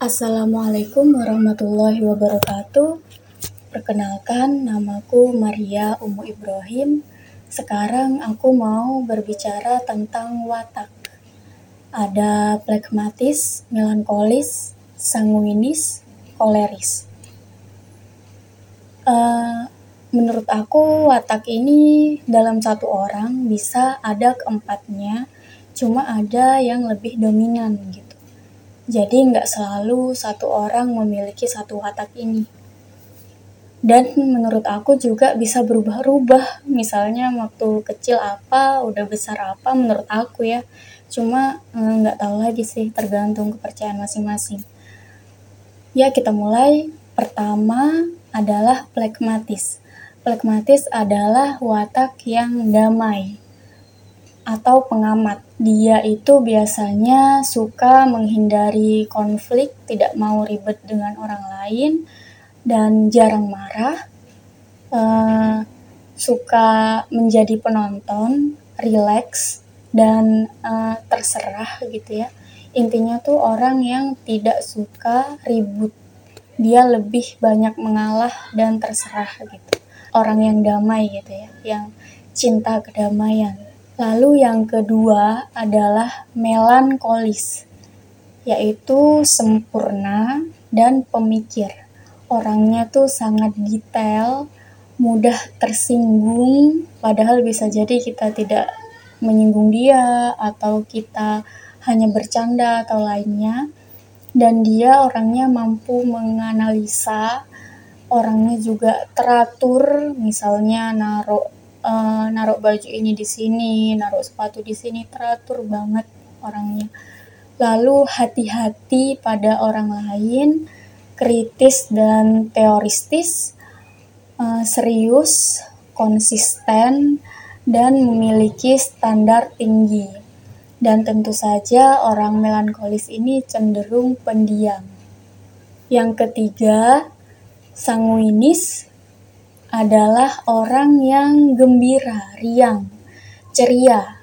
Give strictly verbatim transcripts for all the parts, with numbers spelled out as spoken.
Assalamualaikum warahmatullahi wabarakatuh. Perkenalkan, namaku Maria Umu Ibrahim. Sekarang aku mau berbicara tentang watak. Ada plekmatis, melankolis, sanguinis, koleris. Uh, menurut aku watak ini dalam satu orang bisa ada keempatnya, cuma ada yang lebih dominan gitu. Jadi nggak selalu satu orang memiliki satu watak ini. Dan menurut aku juga bisa berubah-ubah. Misalnya waktu kecil apa, udah besar apa menurut aku ya. Cuma eh, nggak tahu lagi sih, tergantung kepercayaan masing-masing. Ya kita mulai. Pertama adalah plekmatis. Plekmatis adalah watak yang damai atau pengamat. Dia itu biasanya suka menghindari konflik, tidak mau ribet dengan orang lain, dan jarang marah. Uh, suka menjadi penonton, rileks, dan uh, terserah gitu ya. Intinya tuh orang yang tidak suka ribut. Dia lebih banyak mengalah dan terserah gitu. Orang yang damai gitu ya, yang cinta kedamaian. Lalu yang kedua adalah melankolis, yaitu sempurna dan pemikir. Orangnya tuh sangat detail, mudah tersinggung, padahal bisa jadi kita tidak menyinggung dia atau kita hanya bercanda atau lainnya. Dan dia orangnya mampu menganalisa, orangnya juga teratur, misalnya naruh Uh, naruh baju ini di sini, naruh sepatu di sini, teratur banget orangnya. Lalu hati-hati pada orang lain, kritis dan teoristis, uh, serius, konsisten, dan memiliki standar tinggi. Dan tentu saja orang melankolis ini cenderung pendiam. Yang ketiga, sanguinis adalah orang yang gembira, riang, ceria,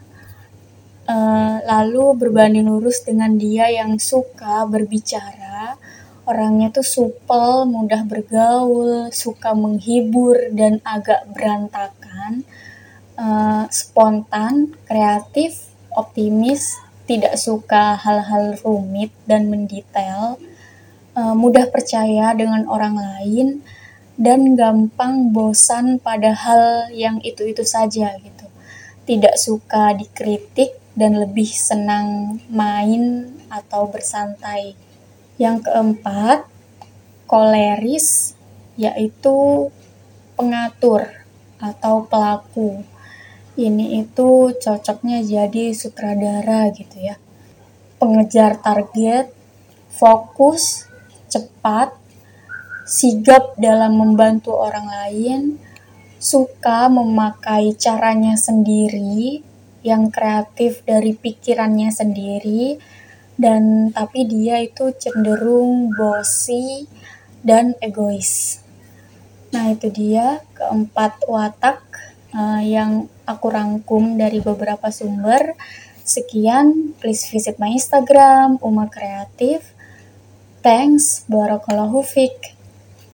e, lalu berbanding lurus dengan dia yang suka berbicara. Orangnya tuh supel, mudah bergaul, suka menghibur dan agak berantakan, e, spontan, kreatif, optimis, tidak suka hal-hal rumit dan mendetail, e, mudah percaya dengan orang lain, dan gampang bosan pada hal yang itu-itu saja gitu. Tidak suka dikritik dan lebih senang main atau bersantai. Yang keempat, koleris, yaitu pengatur atau pelaku. Ini itu cocoknya jadi sutradara gitu ya. Pengejar target, fokus, cepat, sigap dalam membantu orang lain, suka memakai caranya sendiri, yang kreatif dari pikirannya sendiri, dan tapi dia itu cenderung bossy dan egois. Nah itu dia keempat watak uh, yang aku rangkum dari beberapa sumber. Sekian, please visit my Instagram, Uma Kreatif. Thanks, barakallahu fiq.